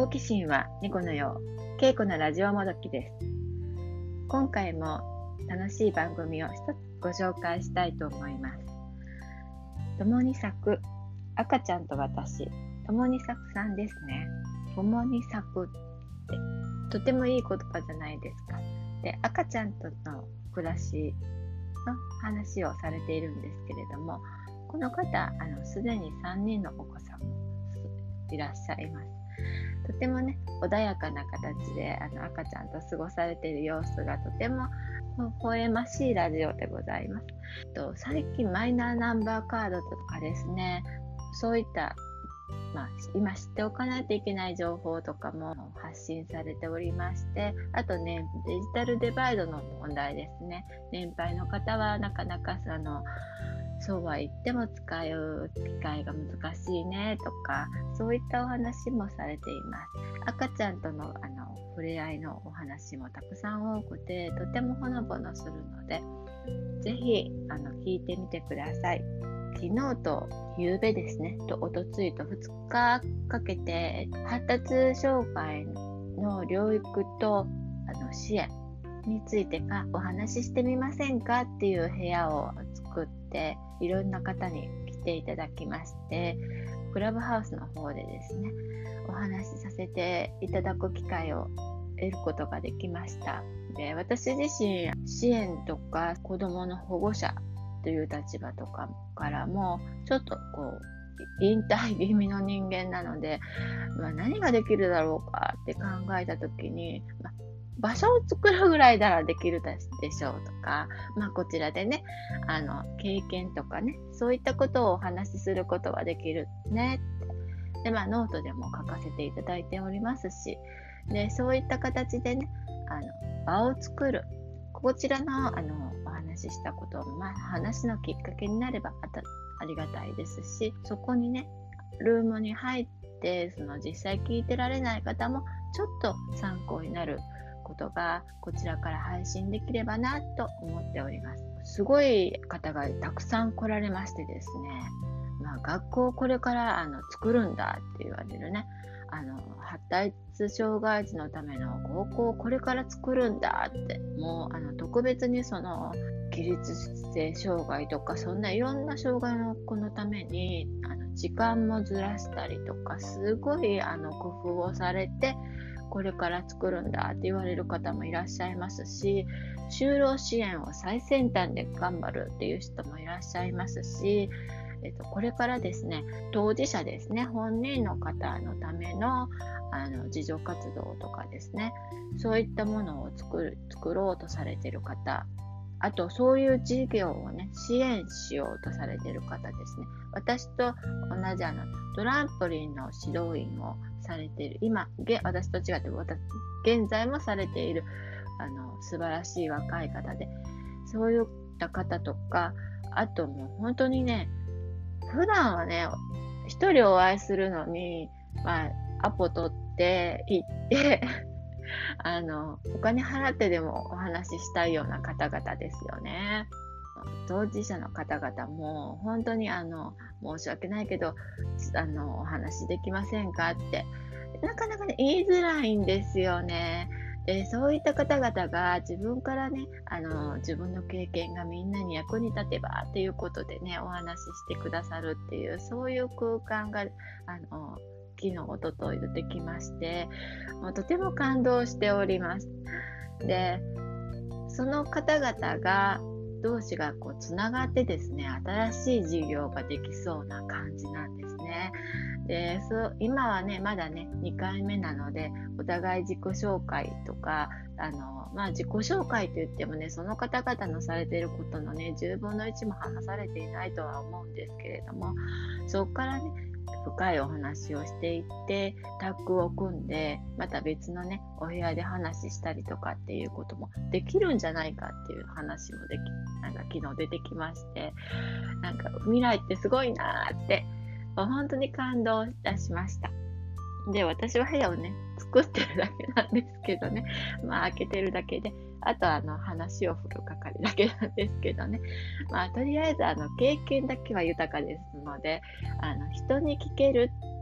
奇心は猫のよう、稽古のラジオもどきです。今回も楽しい番組を一つご紹介したいと思います。共に咲く赤ちゃんと私、共に咲くさんですね。共に咲くってとてもいい言葉じゃないですか。で、赤ちゃんとの暮らしの話をされているんですけれども、この方すでに3人のお子さんもいらっしゃいます。とてもね穏やかな形で赤ちゃんと過ごされている様子がとても微笑ましいラジオでございます。最近マイナーナンバーカードとかですね、そういった、今知っておかないといけない情報とかも発信されておりまして、あとねデジタルデバイドの問題ですね。年配の方はなかなかそうは言っても使う機会が難しいねとか、そういったお話もされています。赤ちゃんとの触れ合いのお話もたくさん多くて、とてもほのぼのするので、ぜひ聞いてみてください。昨日と夕べですねとおとついと2日かけて発達障害の療育と支援についてお話ししてみませんかっていう部屋を作って、いろんな方に来ていただきまして、クラブハウスの方でですねお話しさせていただく機会を得ることができました。で、私自身支援とか子どもの保護者という立場とかからもちょっと引退気味の人間なので、何ができるだろうかって考えた時に、場所を作るぐらいならできるでしょうとか、こちらでね経験とかね、そういったことをお話しすることはできるねって。で、ノートでも書かせていただいておりますし、でそういった形でね場を作る、こちらのお話ししたことを、話のきっかけになればありがたいですし、そこにねルームに入って実際聞いてられない方もちょっと参考になることがこちらから配信できればなと思っております。すごい方がたくさん来られましてですね、学校をこれから作るんだって言われるね、発達障害児のための高校をこれから作るんだって、もう特別に起立性障害とかそんないろんな障害の子のために時間もずらしたりとか、すごい工夫をされてこれから作るんだって言われる方もいらっしゃいますし、就労支援を最先端で頑張るっていう人もいらっしゃいますし、これからですね当事者ですね、本人の方のための自助活動とかですね、そういったものを作ろうとされている方、あとそういう事業をね支援しようとされている方ですね。私と同じトランポリンの指導員をされている、私と違って現在もされている素晴らしい若い方で、そういった方とか、あともう本当にね、普段はね一人お会いするのに、アポ取って行ってお金払ってでもお話ししたいような方々ですよね。当事者の方々も本当に申し訳ないけどお話できませんかってなかなかね言いづらいんですよね。で、そういった方々が自分からね自分の経験がみんなに役に立てばっていうことでねお話ししてくださるっていう、そういう空間が昨日おととい出てきまして、もうとても感動しております。で、その方々が同士がつながってですね、新しい事業ができそうな感じなんですね。で、今はねまだね2回目なので、お互い自己紹介とか自己紹介といってもね、その方々のされていることのね10分の1も話されていないとは思うんですけれども、そこからね深いお話をしていってタッグを組んで、また別のねお部屋で話したりとかっていうこともできるんじゃないかっていう話も昨日出てきまして、未来ってすごいなーって本当に感動いたしました。で、私は部屋をね作ってるだけなんですけどね、開けてるだけで、あと話を振る係だけなんですけどね、とりあえず経験だけは豊かですので、人に聞ける、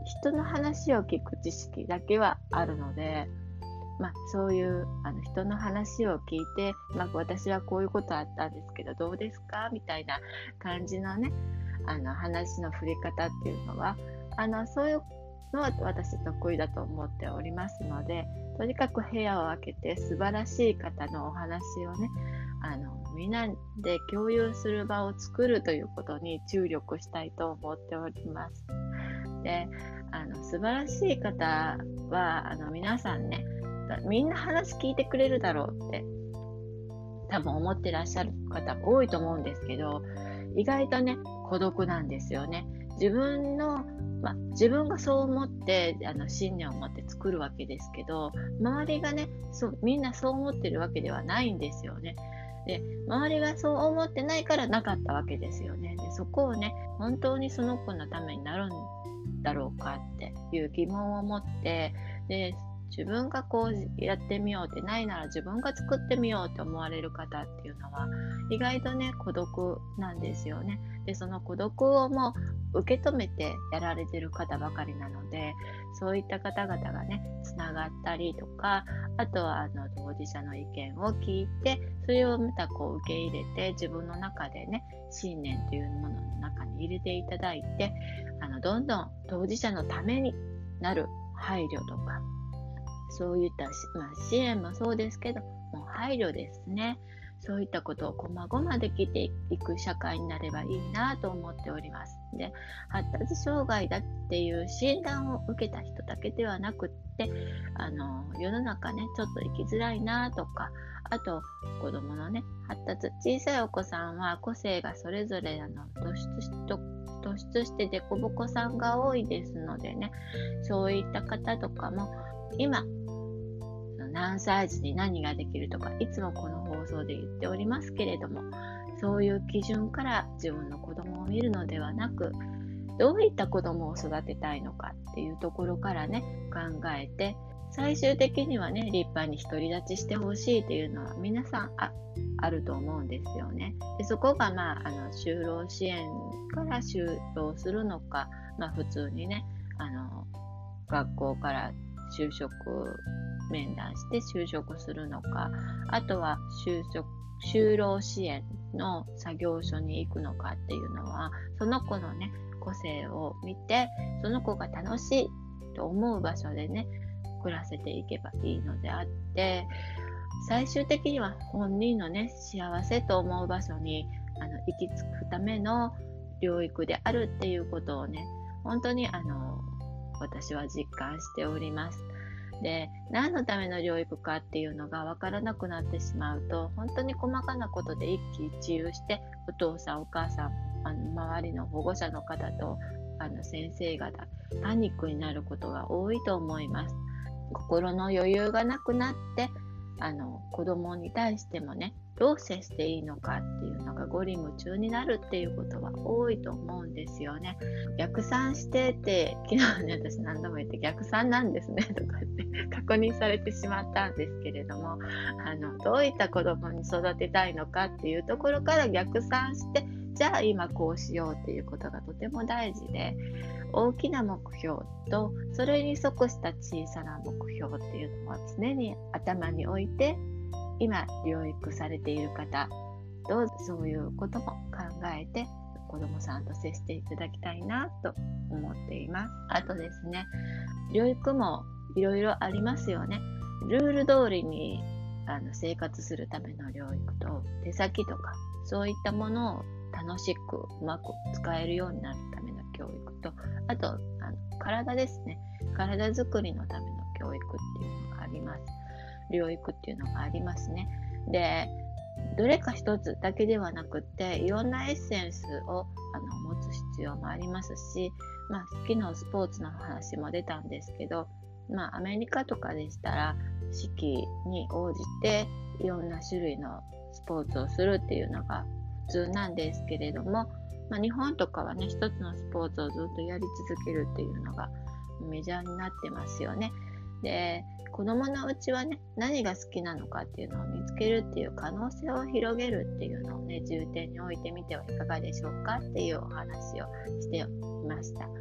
人の話を聞く知識だけはあるので、そういう人の話を聞いて、私はこういうことあったんですけどどうですかみたいな感じのね話の振り方っていうのはそういうのは私得意だと思っておりますので、とにかく部屋を開けて素晴らしい方のお話をねみんなで共有する場を作るということに注力したいと思っております。で素晴らしい方は皆さんねみんな話聞いてくれるだろうって多分思ってらっしゃる方も多いと思うんですけど、意外とね孤独なんですよね。自分がそう思って信念を持って作るわけですけど、周りがねみんなそう思ってるわけではないんですよね。で周りがそう思ってないからなかったわけですよね。でそこをね本当にその子のためになるんだろうかっていう疑問を持って、で自分がこうやってみようってないなら自分が作ってみようって思われる方っていうのは意外とね孤独なんですよね。でその孤独をもう受け止めてやられてる方ばかりなので、そういった方々がねつながったりとか、あとは当事者の意見を聞いてそれをまたこう受け入れて自分の中でね信念というものの中に入れていただいてどんどん当事者のためになる配慮とか、そういった、支援もそうですけどもう配慮ですね。そういったことをこまごまできていく社会になればいいなと思っております。で、発達障害だっていう診断を受けた人だけではなくって世の中ねちょっと生きづらいなとか、あと子どものね小さいお子さんは個性がそれぞれ突出してデコボコさんが多いですのでね、そういった方とかも今何歳児に何ができるとかいつもこの放送で言っておりますけれども、そういう基準から自分の子供を見るのではなく、どういった子供を育てたいのかっていうところからね考えて、最終的にはね立派に独り立ちしてほしいというのは皆さんあると思うんですよね。でそこが就労支援から就労するのか、普通にね学校から就職面談して就職するのか、あとは就労支援の作業所に行くのかっていうのはその子のね個性を見て、その子が楽しいと思う場所でね暮らせていけばいいのであって、最終的には本人のね幸せと思う場所に行き着くための療育であるっていうことをね本当に私は実感しております。で、何のための療育かっていうのが分からなくなってしまうと、本当に細かなことで一喜一憂してお父さんお母さん周りの保護者の方と先生方パニックになることが多いと思います。心の余裕がなくなって子供に対してもねどう接していいのかっていうのが五里夢中になるっていうことは多いと思うんですよね。逆算してて昨日ね私何度も言って逆算なんですねとかって確認されてしまったんですけれども、どういった子供に育てたいのかっていうところから逆算して、じゃあ今こうしようっていうことがとても大事で、大きな目標とそれに即した小さな目標っていうのは常に頭に置いて、今療育されている方どうぞそういうことも考えて子どもさんと接していただきたいなと思っています。あとですね、療育もいろいろありますよね。ルール通りに生活するための療育と手先とかそういったものを楽しくうまく使えるようになるための教育と、あと体ですね、体づくりのための教育っていうのがあります。療育っていうのがありますね。で、どれか一つだけではなくっていろんなエッセンスを持つ必要もありますし、昨日スポーツの話も出たんですけど、アメリカとかでしたら四季に応じていろんな種類のスポーツをするっていうのが普通なんですけれども、日本とかはね一つのスポーツをずっとやり続けるっていうのがメジャーになってますよね。で、子供のうちはね何が好きなのかっていうのを見つけるっていう可能性を広げるっていうのをね重点に置いてみてはいかがでしょうかっていうお話をしていました。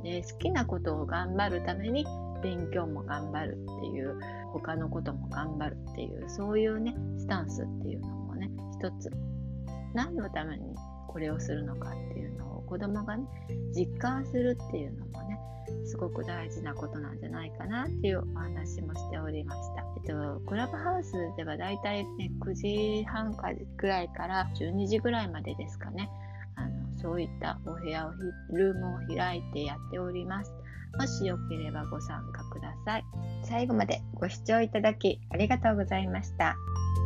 で、好きなことを頑張るために勉強も頑張るっていう、他のことも頑張るっていう、そういうねスタンスっていうのもね、一つ何のためにこれをするのかっていうのを子供がね実感するっていうのもね、すごく大事なことなんじゃないかなっていうお話もしておりました。クラブハウスではだいたいね9時半くらいから12時ぐらいまでですかね、そういったお部屋をルームを開いてやっております。もしよければご参加ください。最後までご視聴いただきありがとうございました。